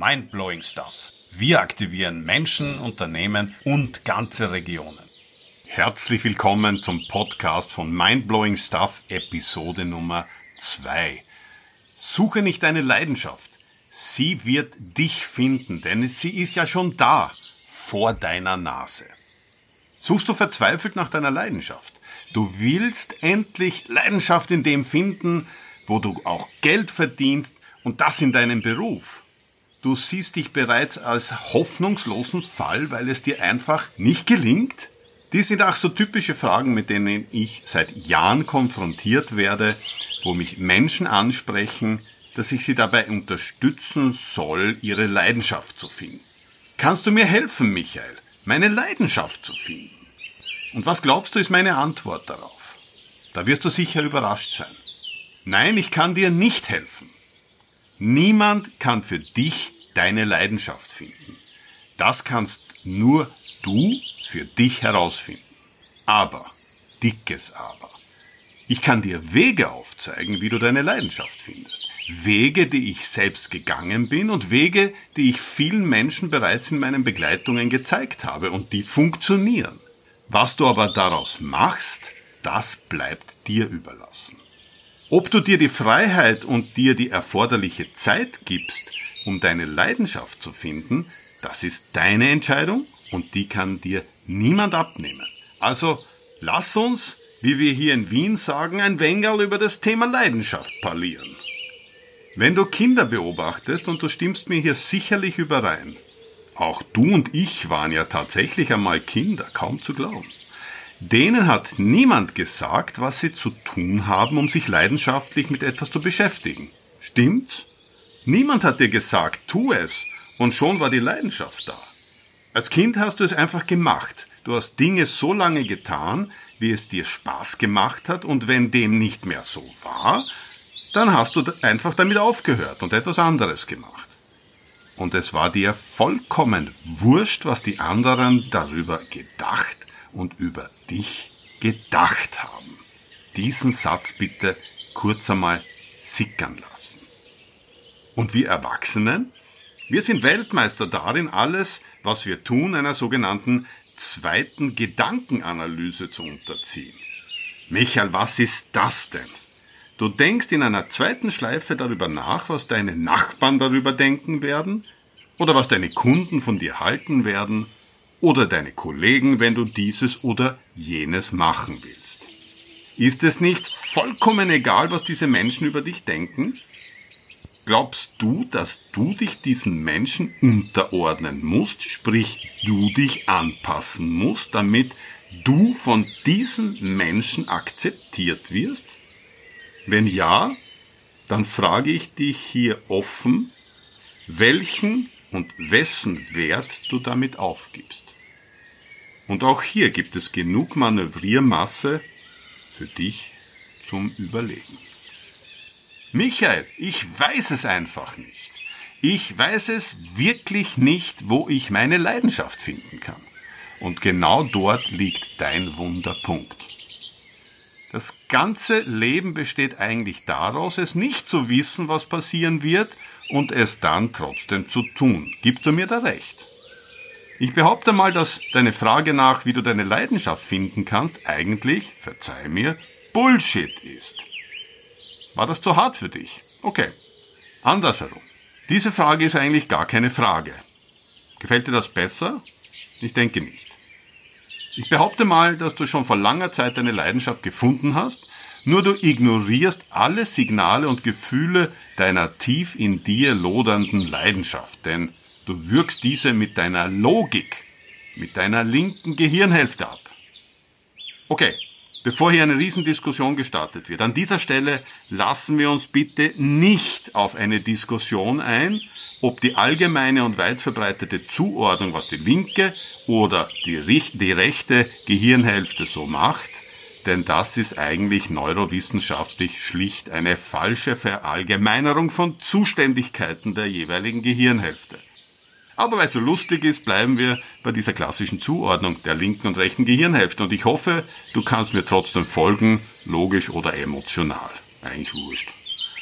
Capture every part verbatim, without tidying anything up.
Mindblowing Stuff. Wir aktivieren Menschen, Unternehmen und ganze Regionen. Herzlich willkommen zum Podcast von Mindblowing Stuff, Episode Nummer zwei. Suche nicht deine Leidenschaft. Sie wird dich finden, denn sie ist ja schon da, vor deiner Nase. Suchst du verzweifelt nach deiner Leidenschaft? Du willst endlich Leidenschaft in dem finden, wo du auch Geld verdienst und das in deinem Beruf. Du siehst dich bereits als hoffnungslosen Fall, weil es dir einfach nicht gelingt? Dies sind auch so typische Fragen, mit denen ich seit Jahren konfrontiert werde, wo mich Menschen ansprechen, dass ich sie dabei unterstützen soll, ihre Leidenschaft zu finden. Kannst du mir helfen, Michael, meine Leidenschaft zu finden? Und was glaubst du, ist meine Antwort darauf? Da wirst du sicher überrascht sein. Nein, ich kann dir nicht helfen. Niemand kann für dich deine Leidenschaft finden. Das kannst nur du für dich herausfinden. Aber, dickes Aber, ich kann dir Wege aufzeigen, wie du deine Leidenschaft findest. Wege, die ich selbst gegangen bin und Wege, die ich vielen Menschen bereits in meinen Begleitungen gezeigt habe und die funktionieren. Was du aber daraus machst, das bleibt dir überlassen. Ob du dir die Freiheit und dir die erforderliche Zeit gibst, um deine Leidenschaft zu finden, das ist deine Entscheidung und die kann dir niemand abnehmen. Also lass uns, wie wir hier in Wien sagen, ein Wengerl über das Thema Leidenschaft parlieren. Wenn du Kinder beobachtest, und du stimmst mir hier sicherlich überein, auch du und ich waren ja tatsächlich einmal Kinder, kaum zu glauben. Denen hat niemand gesagt, was sie zu tun haben, um sich leidenschaftlich mit etwas zu beschäftigen. Stimmt's? Niemand hat dir gesagt, tu es, und schon war die Leidenschaft da. Als Kind hast du es einfach gemacht. Du hast Dinge so lange getan, wie es dir Spaß gemacht hat, und wenn dem nicht mehr so war, dann hast du einfach damit aufgehört und etwas anderes gemacht. Und es war dir vollkommen wurscht, was die anderen darüber gedacht und über dich gedacht haben. Diesen Satz bitte kurz einmal sickern lassen. Und wir Erwachsenen? Wir sind Weltmeister darin, alles, was wir tun, einer sogenannten zweiten Gedankenanalyse zu unterziehen. Michael, was ist das denn? Du denkst in einer zweiten Schleife darüber nach, was deine Nachbarn darüber denken werden, oder was deine Kunden von dir halten werden, oder deine Kollegen, wenn du dieses oder jenes machen willst. Ist es nicht vollkommen egal, was diese Menschen über dich denken? Glaubst du, dass du dich diesen Menschen unterordnen musst, sprich du dich anpassen musst, damit du von diesen Menschen akzeptiert wirst? Wenn ja, dann frage ich dich hier offen, welchen und wessen Wert du damit aufgibst. Und auch hier gibt es genug Manövriermasse für dich zum Überlegen. Michael, ich weiß es einfach nicht. Ich weiß es wirklich nicht, wo ich meine Leidenschaft finden kann. Und genau dort liegt dein Wunderpunkt. Das ganze Leben besteht eigentlich daraus, es nicht zu wissen, was passieren wird, und es dann trotzdem zu tun. Gibst du mir da recht? Ich behaupte mal, dass deine Frage nach, wie du deine Leidenschaft finden kannst, eigentlich, verzeih mir, Bullshit ist. War das zu hart für dich? Okay. Andersherum. Diese Frage ist eigentlich gar keine Frage. Gefällt dir das besser? Ich denke nicht. Ich behaupte mal, dass du schon vor langer Zeit deine Leidenschaft gefunden hast, nur du ignorierst alle Signale und Gefühle deiner tief in dir lodernden Leidenschaft, denn du wirkst diese mit deiner Logik, mit deiner linken Gehirnhälfte ab. Okay, bevor hier eine Riesendiskussion gestartet wird, an dieser Stelle lassen wir uns bitte nicht auf eine Diskussion ein, ob die allgemeine und weit verbreitete Zuordnung, was die linke oder die, die rechte Gehirnhälfte so macht, denn das ist eigentlich neurowissenschaftlich schlicht eine falsche Verallgemeinerung von Zuständigkeiten der jeweiligen Gehirnhälfte. Aber weil es so lustig ist, bleiben wir bei dieser klassischen Zuordnung der linken und rechten Gehirnhälfte. Und ich hoffe, du kannst mir trotzdem folgen, logisch oder emotional. Eigentlich wurscht.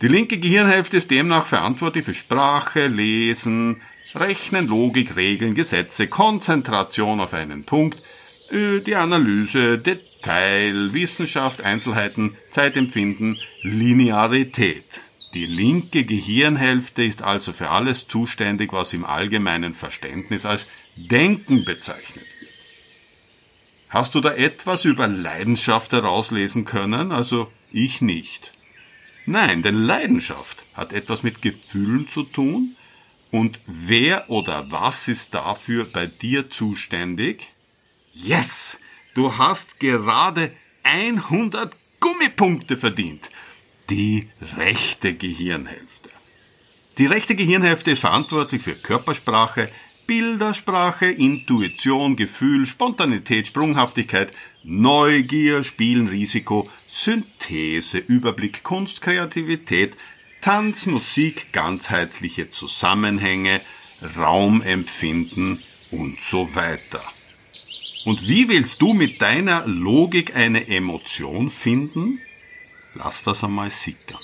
Die linke Gehirnhälfte ist demnach verantwortlich für Sprache, Lesen, Rechnen, Logik, Regeln, Gesetze, Konzentration auf einen Punkt, die Analyse, Detail, Wissenschaft, Einzelheiten, Zeitempfinden, Linearität. Die linke Gehirnhälfte ist also für alles zuständig, was im allgemeinen Verständnis als Denken bezeichnet wird. Hast du da etwas über Leidenschaft herauslesen können? Also ich nicht. Nein, denn Leidenschaft hat etwas mit Gefühlen zu tun. Und wer oder was ist dafür bei dir zuständig? Yes! Du hast gerade hundert Gummipunkte verdient. Die rechte Gehirnhälfte. Die rechte Gehirnhälfte ist verantwortlich für Körpersprache, Bildersprache, Intuition, Gefühl, Spontanität, Sprunghaftigkeit, Neugier, Spielen, Risiko, Synthese, Überblick, Kunst, Kreativität, Tanz, Musik, ganzheitliche Zusammenhänge, Raumempfinden und so weiter. Und wie willst du mit deiner Logik eine Emotion finden? Lass das einmal sickern.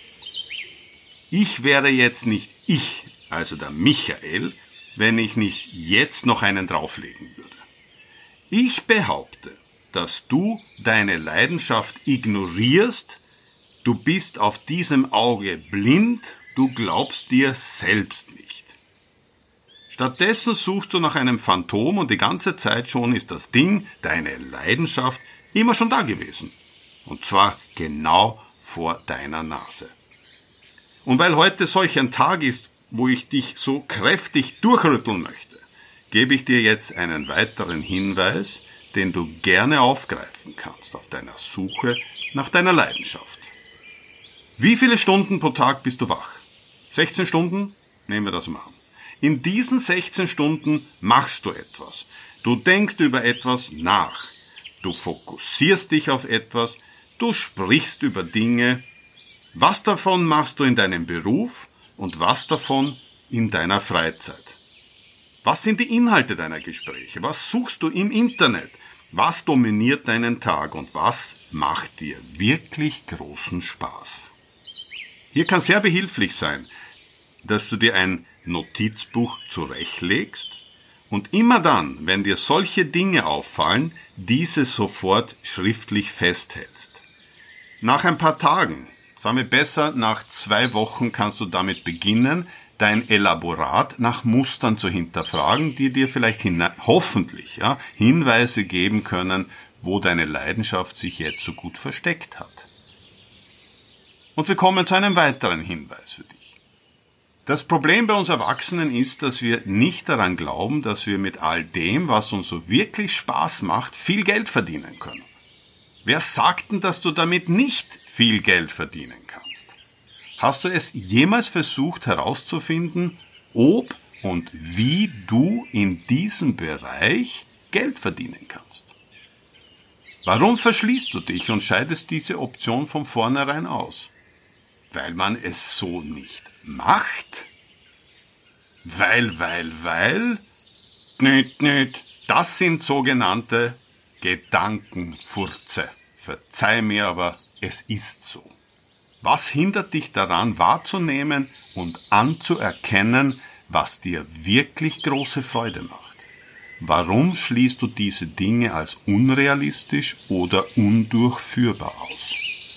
Ich wäre jetzt nicht ich, also der Michael, wenn ich nicht jetzt noch einen drauflegen würde. Ich behaupte, dass du deine Leidenschaft ignorierst, du bist auf diesem Auge blind, du glaubst dir selbst nicht. Stattdessen suchst du nach einem Phantom und die ganze Zeit schon ist das Ding, deine Leidenschaft, immer schon da gewesen. Und zwar genau vor deiner Nase. Und weil heute solch ein Tag ist, wo ich dich so kräftig durchrütteln möchte, gebe ich dir jetzt einen weiteren Hinweis, den du gerne aufgreifen kannst auf deiner Suche nach deiner Leidenschaft. Wie viele Stunden pro Tag bist du wach? sechzehn Stunden? Nehmen wir das mal an. In diesen sechzehn Stunden machst du etwas. Du denkst über etwas nach. Du fokussierst dich auf etwas. Du sprichst über Dinge. Was davon machst du in deinem Beruf und was davon in deiner Freizeit? Was sind die Inhalte deiner Gespräche? Was suchst du im Internet? Was dominiert deinen Tag und was macht dir wirklich großen Spaß? Hier kann sehr behilflich sein, dass du dir ein Notizbuch zurechtlegst und immer dann, wenn dir solche Dinge auffallen, diese sofort schriftlich festhältst. Nach ein paar Tagen, sagen wir besser, nach zwei Wochen kannst du damit beginnen, dein Elaborat nach Mustern zu hinterfragen, die dir vielleicht hin- hoffentlich ja, Hinweise geben können, wo deine Leidenschaft sich jetzt so gut versteckt hat. Und wir kommen zu einem weiteren Hinweis für dich. Das Problem bei uns Erwachsenen ist, dass wir nicht daran glauben, dass wir mit all dem, was uns so wirklich Spaß macht, viel Geld verdienen können. Wer sagt denn, dass du damit nicht viel Geld verdienen kannst? Hast du es jemals versucht herauszufinden, ob und wie du in diesem Bereich Geld verdienen kannst? Warum verschließt du dich und scheidest diese Option von vornherein aus? Weil man es so nicht macht? Weil, weil, weil? Nüt, nüt. Das sind sogenannte Gedankenfurze. Verzeih mir, aber es ist so. Was hindert dich daran, wahrzunehmen und anzuerkennen, was dir wirklich große Freude macht? Warum schließt du diese Dinge als unrealistisch oder undurchführbar aus?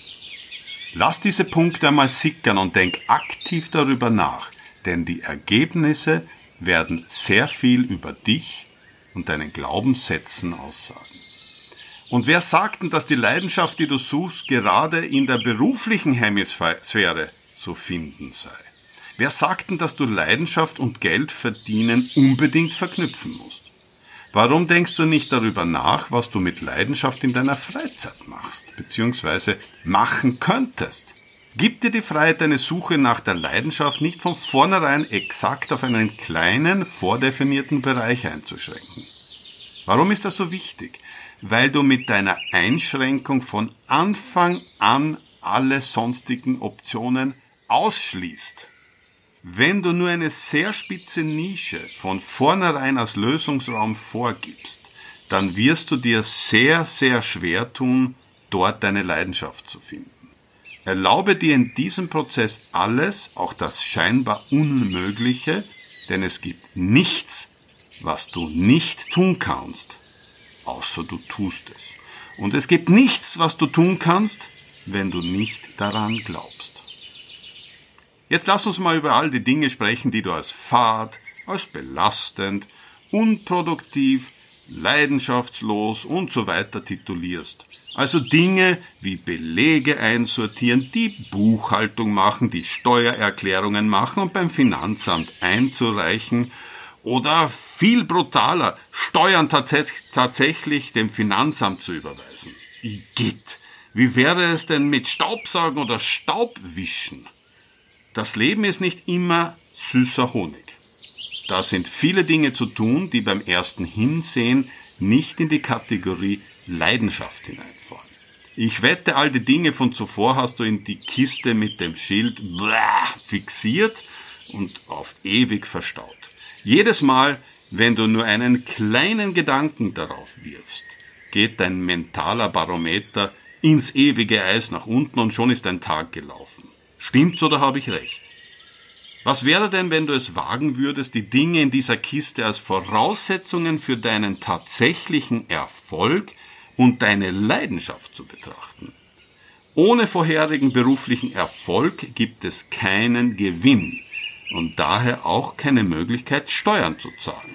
Lass diese Punkte einmal sickern und denk aktiv darüber nach, denn die Ergebnisse werden sehr viel über dich und deinen Glaubenssätzen aussagen. Und wer sagt denn, dass die Leidenschaft, die du suchst, gerade in der beruflichen Hemisphäre zu finden sei? Wer sagt denn, dass du Leidenschaft und Geld verdienen unbedingt verknüpfen musst? Warum denkst du nicht darüber nach, was du mit Leidenschaft in deiner Freizeit machst, beziehungsweise machen könntest? Gib dir die Freiheit, deine Suche nach der Leidenschaft nicht von vornherein exakt auf einen kleinen, vordefinierten Bereich einzuschränken. Warum ist das so wichtig? Weil du mit deiner Einschränkung von Anfang an alle sonstigen Optionen ausschließt. Wenn du nur eine sehr spitze Nische von vornherein als Lösungsraum vorgibst, dann wirst du dir sehr, sehr schwer tun, dort deine Leidenschaft zu finden. Erlaube dir in diesem Prozess alles, auch das scheinbar Unmögliche, denn es gibt nichts, was du nicht tun kannst, außer du tust es. Und es gibt nichts, was du tun kannst, wenn du nicht daran glaubst. Jetzt lass uns mal über all die Dinge sprechen, die du als fad, als belastend, unproduktiv, leidenschaftslos und so weiter titulierst. Also Dinge wie Belege einsortieren, die Buchhaltung machen, die Steuererklärungen machen und beim Finanzamt einzureichen oder viel brutaler, Steuern tats- tatsächlich dem Finanzamt zu überweisen. Igitt, wie wäre es denn mit Staubsaugen oder Staubwischen? Das Leben ist nicht immer süßer Honig. Da sind viele Dinge zu tun, die beim ersten Hinsehen nicht in die Kategorie Leidenschaft hineinfallen. Ich wette, all die Dinge von zuvor hast du in die Kiste mit dem Schild fixiert und auf ewig verstaut. Jedes Mal, wenn du nur einen kleinen Gedanken darauf wirfst, geht dein mentaler Barometer ins ewige Eis nach unten und schon ist dein Tag gelaufen. Stimmt's oder habe ich recht? Was wäre denn, wenn du es wagen würdest, die Dinge in dieser Kiste als Voraussetzungen für deinen tatsächlichen Erfolg und deine Leidenschaft zu betrachten? Ohne vorherigen beruflichen Erfolg gibt es keinen Gewinn und daher auch keine Möglichkeit, Steuern zu zahlen.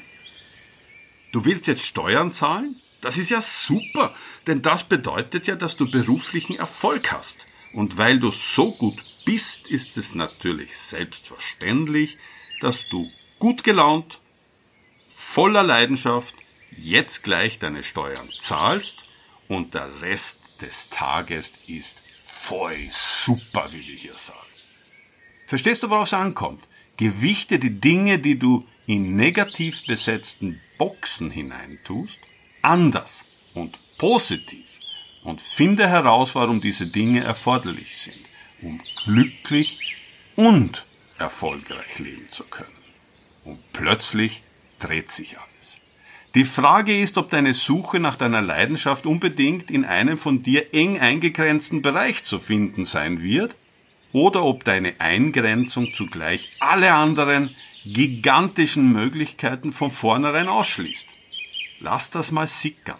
Du willst jetzt Steuern zahlen? Das ist ja super, denn das bedeutet ja, dass du beruflichen Erfolg hast. Und weil du so gut bist, ist es natürlich selbstverständlich, dass du gut gelaunt, voller Leidenschaft jetzt gleich deine Steuern zahlst und der Rest des Tages ist voll super, wie wir hier sagen. Verstehst du, worauf es ankommt? Gewichte die Dinge, die du in negativ besetzten Boxen hineintust, anders und positiv und finde heraus, warum diese Dinge erforderlich sind, um glücklich und erfolgreich leben zu können. Und plötzlich dreht sich alles. Die Frage ist, ob deine Suche nach deiner Leidenschaft unbedingt in einem von dir eng eingegrenzten Bereich zu finden sein wird, oder ob deine Eingrenzung zugleich alle anderen gigantischen Möglichkeiten von vornherein ausschließt. Lass das mal sickern.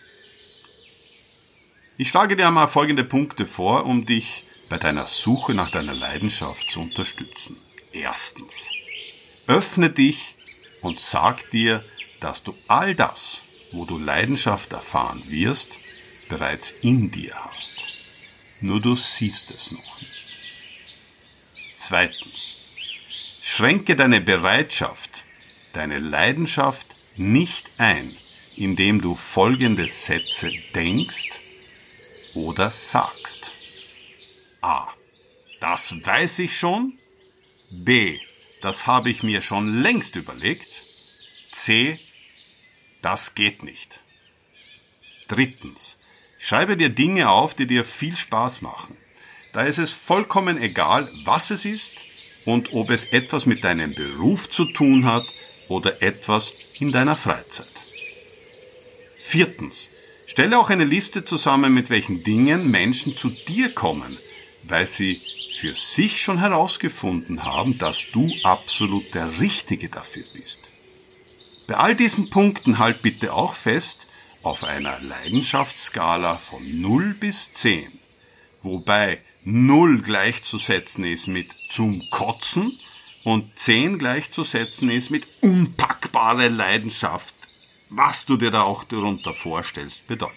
Ich schlage dir einmal folgende Punkte vor, um dich bei deiner Suche nach deiner Leidenschaft zu unterstützen. Erstens. Öffne dich und sag dir, dass du all das, wo du Leidenschaft erfahren wirst, bereits in dir hast. Nur du siehst es noch nicht. Zweitens. Schränke deine Bereitschaft, deine Leidenschaft nicht ein, indem du folgende Sätze denkst oder sagst. A. Das weiß ich schon. B. Das habe ich mir schon längst überlegt. C. Das geht nicht. Drittens. Schreibe dir Dinge auf, die dir viel Spaß machen. Da ist es vollkommen egal, was es ist und ob es etwas mit deinem Beruf zu tun hat oder etwas in deiner Freizeit. Viertens. Stelle auch eine Liste zusammen, mit welchen Dingen Menschen zu dir kommen, weil sie für sich schon herausgefunden haben, dass du absolut der Richtige dafür bist. Bei all diesen Punkten halt bitte auch fest auf einer Leidenschaftsskala von null bis zehn, wobei null gleichzusetzen ist mit zum Kotzen und zehn gleichzusetzen ist mit unpackbare Leidenschaft, was du dir da auch darunter vorstellst, bedeutet.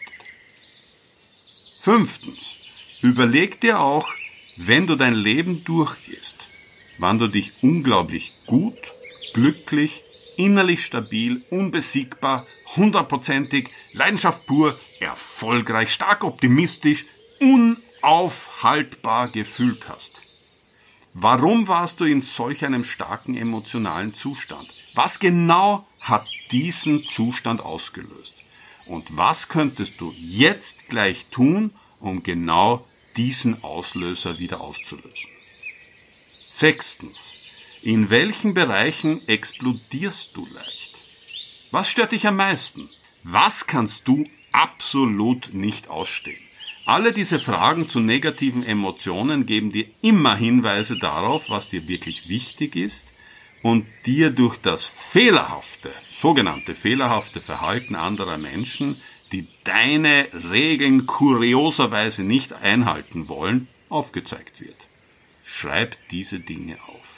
Fünftens. Überleg dir auch, wenn du dein Leben durchgehst, wann du dich unglaublich gut, glücklich, innerlich stabil, unbesiegbar, hundertprozentig, Leidenschaft pur, erfolgreich, stark optimistisch, unaufhaltbar gefühlt hast. Warum warst du in solch einem starken emotionalen Zustand? Was genau hat diesen Zustand ausgelöst? Und was könntest du jetzt gleich tun, um genau diesen Auslöser wieder auszulösen? Sechstens. In welchen Bereichen explodierst du leicht? Was stört dich am meisten? Was kannst du absolut nicht ausstehen? Alle diese Fragen zu negativen Emotionen geben dir immer Hinweise darauf, was dir wirklich wichtig ist und dir durch das fehlerhafte, sogenannte fehlerhafte Verhalten anderer Menschen, die deine Regeln kurioserweise nicht einhalten wollen, aufgezeigt wird. Schreib diese Dinge auf.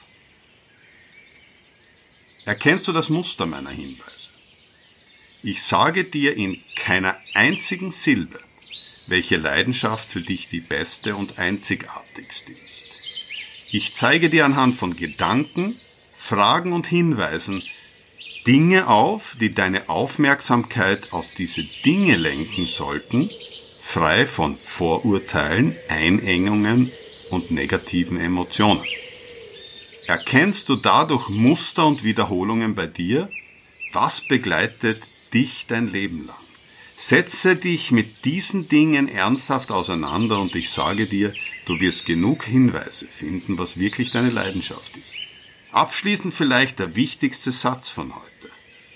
Erkennst du das Muster meiner Hinweise? Ich sage dir in keiner einzigen Silbe, welche Leidenschaft für dich die beste und einzigartigste ist. Ich zeige dir anhand von Gedanken, Fragen und Hinweisen Dinge auf, die deine Aufmerksamkeit auf diese Dinge lenken sollten, frei von Vorurteilen, Einengungen und negativen Emotionen. Erkennst du dadurch Muster und Wiederholungen bei dir? Was begleitet dich dein Leben lang? Setze dich mit diesen Dingen ernsthaft auseinander und ich sage dir, du wirst genug Hinweise finden, was wirklich deine Leidenschaft ist. Abschließend vielleicht der wichtigste Satz von heute.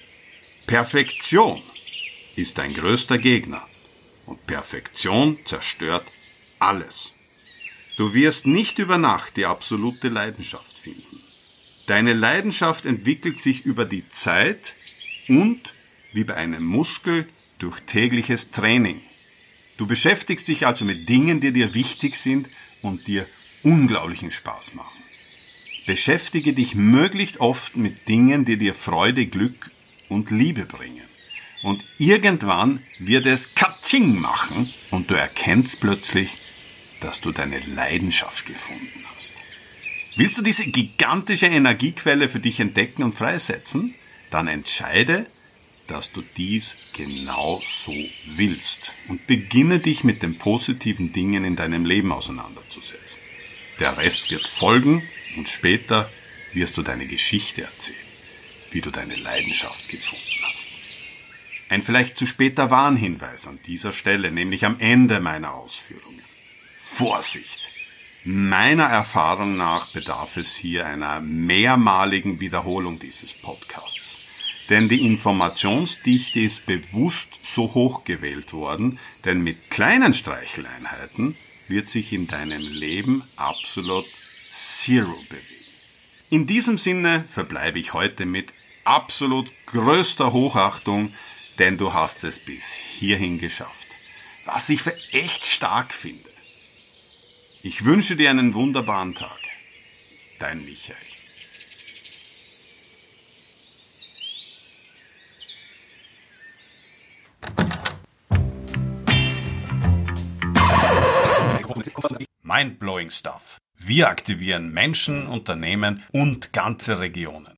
Perfektion ist dein größter Gegner und Perfektion zerstört alles. Du wirst nicht über Nacht die absolute Leidenschaft finden. Deine Leidenschaft entwickelt sich über die Zeit und, wie bei einem Muskel, durch tägliches Training. Du beschäftigst dich also mit Dingen, die dir wichtig sind und dir unglaublichen Spaß machen. Beschäftige dich möglichst oft mit Dingen, die dir Freude, Glück und Liebe bringen. Und irgendwann wird es Katsching machen und du erkennst plötzlich, dass du deine Leidenschaft gefunden hast. Willst du diese gigantische Energiequelle für dich entdecken und freisetzen? Dann entscheide, dass du dies genau so willst und beginne dich mit den positiven Dingen in deinem Leben auseinanderzusetzen. Der Rest wird folgen und später wirst du deine Geschichte erzählen, wie du deine Leidenschaft gefunden hast. Ein vielleicht zu später Warnhinweis an dieser Stelle, nämlich am Ende meiner Ausführungen. Vorsicht! Meiner Erfahrung nach bedarf es hier einer mehrmaligen Wiederholung dieses Podcasts. Denn die Informationsdichte ist bewusst so hoch gewählt worden, denn mit kleinen Streicheleinheiten wird sich in deinem Leben absolut Zero bewegen. In diesem Sinne verbleibe ich heute mit absolut größter Hochachtung, denn du hast es bis hierhin geschafft. Was ich für echt stark finde. Ich wünsche dir einen wunderbaren Tag. Dein Michael. Mindblowing Stuff. Wir aktivieren Menschen, Unternehmen und ganze Regionen.